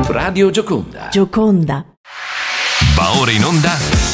Radio Gioconda. Gioconda. Va ora in onda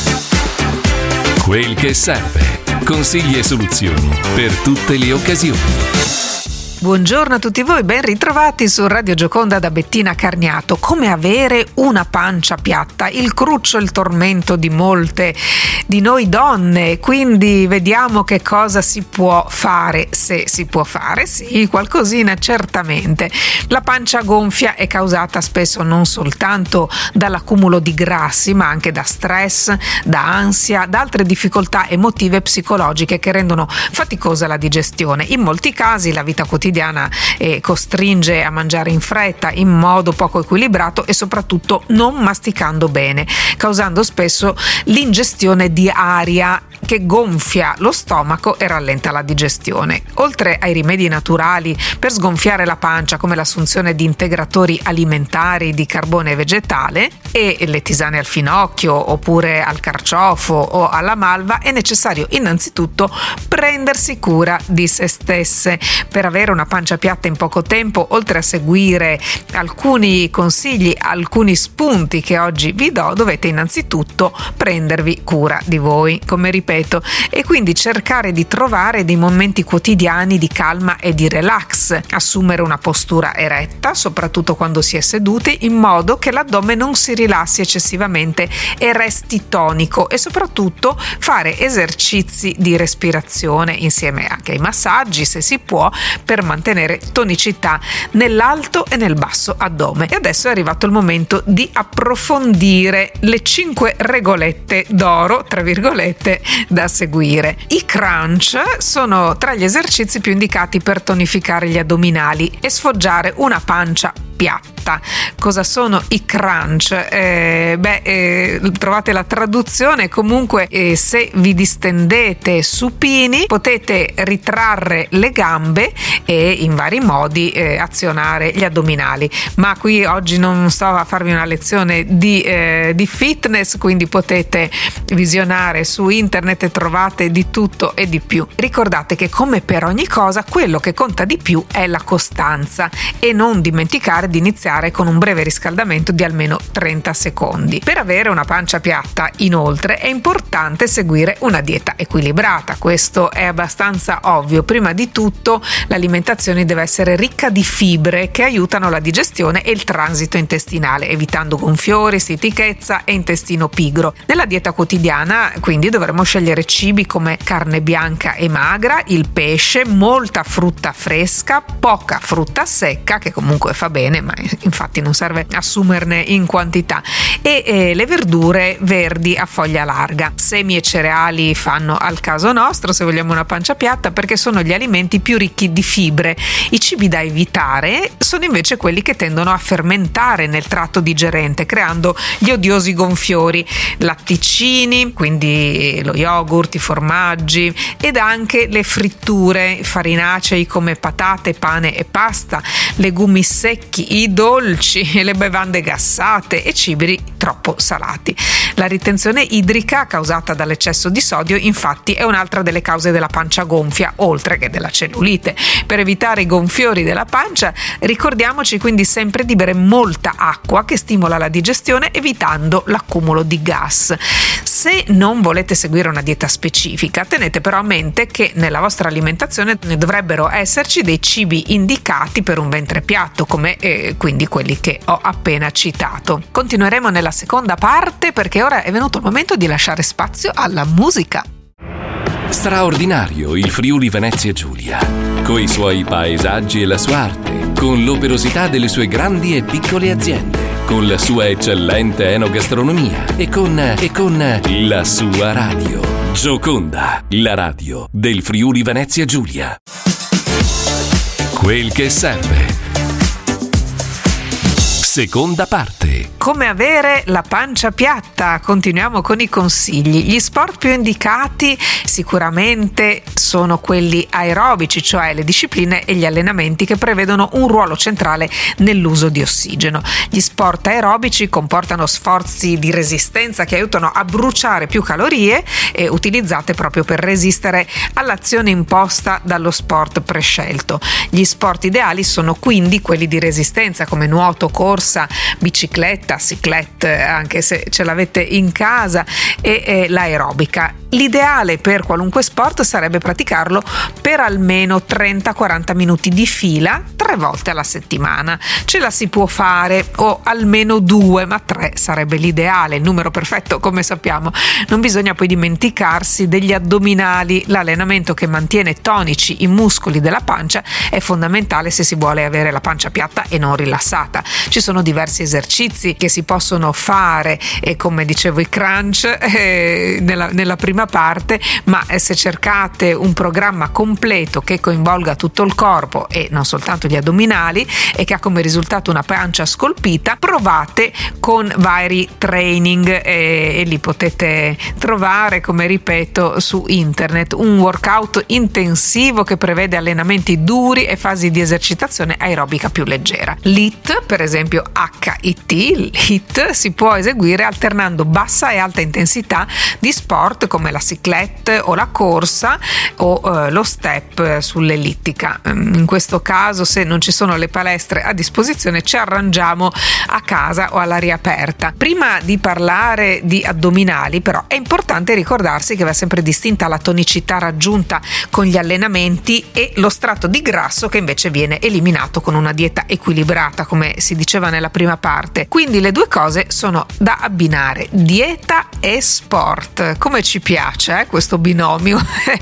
Quel che serve. Consigli e soluzioni per tutte le occasioni. Buongiorno a tutti voi, ben ritrovati su Radio Gioconda da Bettina Carniato. Come avere una pancia piatta, il cruccio, il tormento di molte di noi donne, quindi vediamo che cosa si può fare, se si può fare, sì, qualcosina certamente. La pancia gonfia è causata spesso non soltanto dall'accumulo di grassi, ma anche da stress, da ansia, da altre difficoltà emotive e psicologiche che rendono faticosa la digestione. In molti casi la vita quotidiana costringe a mangiare in fretta, in modo poco equilibrato e soprattutto non masticando bene, causando spesso l'ingestione di aria che gonfia lo stomaco e rallenta la digestione. Oltre ai rimedi naturali per sgonfiare la pancia, come l'assunzione di integratori alimentari di carbone vegetale e le tisane al finocchio oppure al carciofo o alla malva, è necessario innanzitutto prendersi cura di se stesse. Per avere una pancia piatta in poco tempo, oltre a seguire alcuni consigli, alcuni spunti che oggi vi do, dovete innanzitutto prendervi cura di voi, come ripeto, e quindi cercare di trovare dei momenti quotidiani di calma e di relax, assumere una postura eretta, soprattutto quando si è seduti, in modo che l'addome non si rilassi eccessivamente e resti tonico, e soprattutto fare esercizi di respirazione insieme anche ai massaggi, se si può, per mantenere tonicità nell'alto e nel basso addome. E adesso è arrivato il momento di approfondire le 5 regolette d'oro, tra virgolette, da seguire. I crunch sono tra gli esercizi più indicati per tonificare gli addominali e sfoggiare una pancia piatta. Cosa sono i crunch? Trovate la traduzione. Comunque se vi distendete supini potete ritrarre le gambe e in vari modi azionare gli addominali, ma qui oggi non sto a farvi una lezione di fitness, quindi potete visionare su internet e trovate di tutto e di più. Ricordate che, come per ogni cosa, quello che conta di più è la costanza, e non dimenticare di iniziare con un breve riscaldamento di almeno 30 secondi. Per avere una pancia piatta, inoltre, è importante seguire una dieta equilibrata. Questo è abbastanza ovvio. Prima di tutto, l'alimentazione deve essere ricca di fibre che aiutano la digestione e il transito intestinale, evitando gonfiori, stitichezza e intestino pigro. Nella dieta quotidiana, quindi, dovremo scegliere cibi come carne bianca e magra, il pesce, molta frutta fresca, poca frutta secca, che comunque fa bene, ma infatti non serve assumerne in quantità, e le verdure verdi a foglia larga. Semi e cereali fanno al caso nostro se vogliamo una pancia piatta, perché sono gli alimenti più ricchi di fibre. I cibi da evitare sono invece quelli che tendono a fermentare nel tratto digerente, creando gli odiosi gonfiori: latticini, quindi lo yogurt, i formaggi, ed anche le fritture farinacei come patate, pane e pasta, legumi secchi, i dolci, le bevande gassate e cibi troppo salati. La ritenzione idrica causata dall'eccesso di sodio, infatti, è un'altra delle cause della pancia gonfia, oltre che della cellulite. Per evitare i gonfiori della pancia, ricordiamoci quindi sempre di bere molta acqua, che stimola la digestione, evitando l'accumulo di gas. Se non volete seguire una dieta specifica, tenete però a mente che nella vostra alimentazione dovrebbero esserci dei cibi indicati per un ventre piatto, come quindi quelli che ho appena citato. Continueremo nella seconda parte, perché ora è venuto il momento di lasciare spazio alla musica. Straordinario il Friuli Venezia Giulia, coi suoi paesaggi e la sua arte, con l'operosità delle sue grandi e piccole aziende, con la sua eccellente enogastronomia e con la sua radio. Gioconda, la radio del Friuli Venezia Giulia. Quel che serve. Seconda parte. come avere la pancia piatta. Continuiamo con i consigli. Gli sport più indicati sicuramente sono quelli aerobici, cioè le discipline e gli allenamenti che prevedono un ruolo centrale nell'uso di ossigeno. Gli sport aerobici comportano sforzi di resistenza che aiutano a bruciare più calorie e utilizzate proprio per resistere all'azione imposta dallo sport prescelto. Gli sport ideali sono quindi quelli di resistenza come nuoto, corsa, bicicletta, cyclette, anche se ce l'avete in casa, e l'aerobica. L'ideale per qualunque sport sarebbe praticarlo per almeno 30-40 minuti di fila 3 volte alla settimana. Ce la si può fare, o almeno 2, ma 3 sarebbe l'ideale, il numero perfetto come sappiamo. Non bisogna poi dimenticarsi degli addominali. L'allenamento che mantiene tonici i muscoli della pancia è fondamentale se si vuole avere la pancia piatta e non rilassata. Ci sono diversi esercizi che si possono fare, e come dicevo i crunch nella prima parte, ma se cercate un programma completo che coinvolga tutto il corpo e non soltanto gli addominali e che ha come risultato una pancia scolpita, provate con vari training e li potete trovare, come ripeto, su internet. Un workout intensivo che prevede allenamenti duri e fasi di esercitazione aerobica più leggera. L'HIIT, per esempio HIIT, si può eseguire alternando bassa e alta intensità di sport come la cyclette o la corsa o lo step sull'ellittica. In questo caso, se non ci sono le palestre a disposizione, ci arrangiamo a casa o all'aria aperta. Prima di parlare di addominali, però, è importante ricordarsi che va sempre distinta la tonicità raggiunta con gli allenamenti e lo strato di grasso che invece viene eliminato con una dieta equilibrata, come si diceva nella prima parte. Quindi le due cose sono da abbinare: dieta e sport. Come ci piace questo binomio.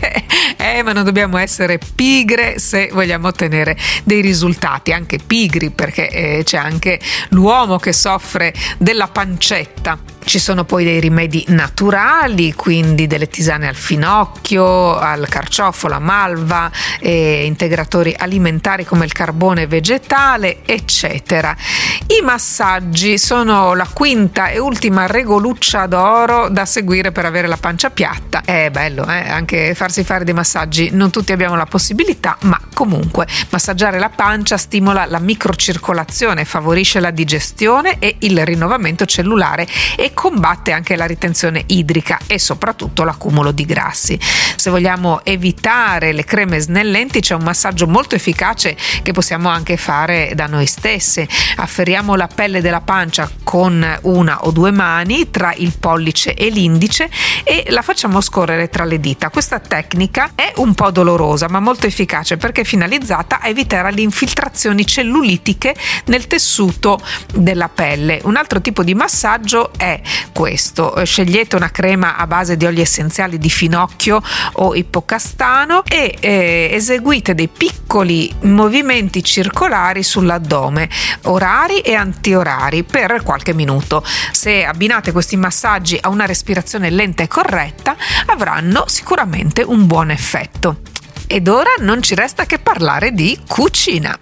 Ma non dobbiamo essere pigre se vogliamo ottenere dei risultati, anche pigri, perché c'è anche l'uomo che soffre della pancetta. Ci sono poi dei rimedi naturali, quindi delle tisane al finocchio, al carciofo, la malva, integratori alimentari come il carbone vegetale, eccetera. I massaggi sono la quinta e ultima regoluccia d'oro da seguire per avere la pancia piatta. È bello, anche farsi fare dei massaggi. Non tutti abbiamo la possibilità, ma comunque massaggiare la pancia stimola la microcircolazione, favorisce la digestione e il rinnovamento cellulare e combatte anche la ritenzione idrica e soprattutto l'accumulo di grassi. Se vogliamo evitare le creme snellenti, c'è un massaggio molto efficace che possiamo anche fare da noi stesse. Afferriamo la pelle della pancia con 1 o 2 mani tra il pollice e l'indice e la facciamo scorrere tra le dita. Questa tecnica è un po' dolorosa ma molto efficace perché è finalizzata a evitare le infiltrazioni cellulitiche nel tessuto della pelle. Un altro tipo di massaggio è questo: scegliete una crema a base di oli essenziali di finocchio o ippocastano e eseguite dei piccoli movimenti circolari sull'addome, orari e antiorari, per qualche minuto. Se abbinate questi massaggi a una respirazione lenta e corretta, avranno sicuramente un buon effetto. Ed ora non ci resta che parlare di cucina.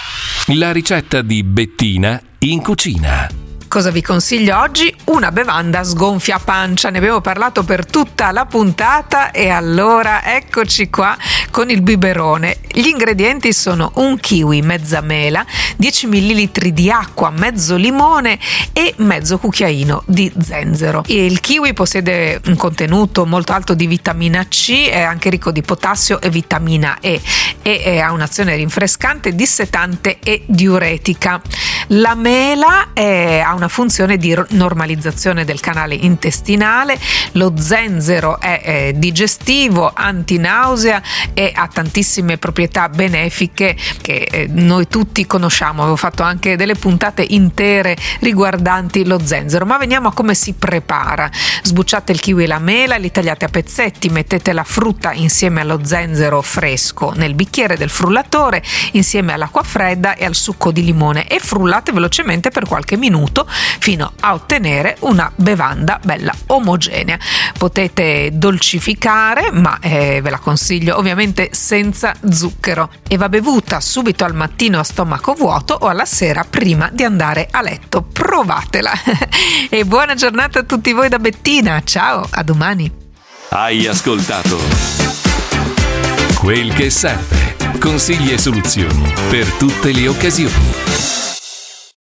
La ricetta di Bettina in cucina. Cosa vi consiglio oggi? Una bevanda sgonfia pancia. Ne abbiamo parlato per tutta la puntata e allora eccoci qua con il biberone. Gli ingredienti sono un kiwi, mezza mela, 10 ml di acqua, mezzo limone e mezzo cucchiaino di zenzero. Il kiwi possiede un contenuto molto alto di vitamina C, è anche ricco di potassio e vitamina E e ha un'azione rinfrescante, dissetante e diuretica. La mela ha una funzione di normalizzazione del canale intestinale, lo zenzero è digestivo, antinausea e ha tantissime proprietà benefiche che noi tutti conosciamo. Avevo fatto anche delle puntate intere riguardanti lo zenzero, ma veniamo a come si prepara. Sbucciate il kiwi e la mela, li tagliate a pezzetti, mettete la frutta insieme allo zenzero fresco nel bicchiere del frullatore insieme all'acqua fredda e al succo di limone e frullate velocemente per qualche minuto fino a ottenere una bevanda bella omogenea. Potete potete dolcificare, ma ve la consiglio ovviamente senza zucchero, e va bevuta subito al mattino a stomaco vuoto o alla sera prima di andare a letto. Provatela. E buona giornata a tutti voi da Bettina. Ciao, a domani. Hai ascoltato Quel che serve, consigli e soluzioni per tutte le occasioni.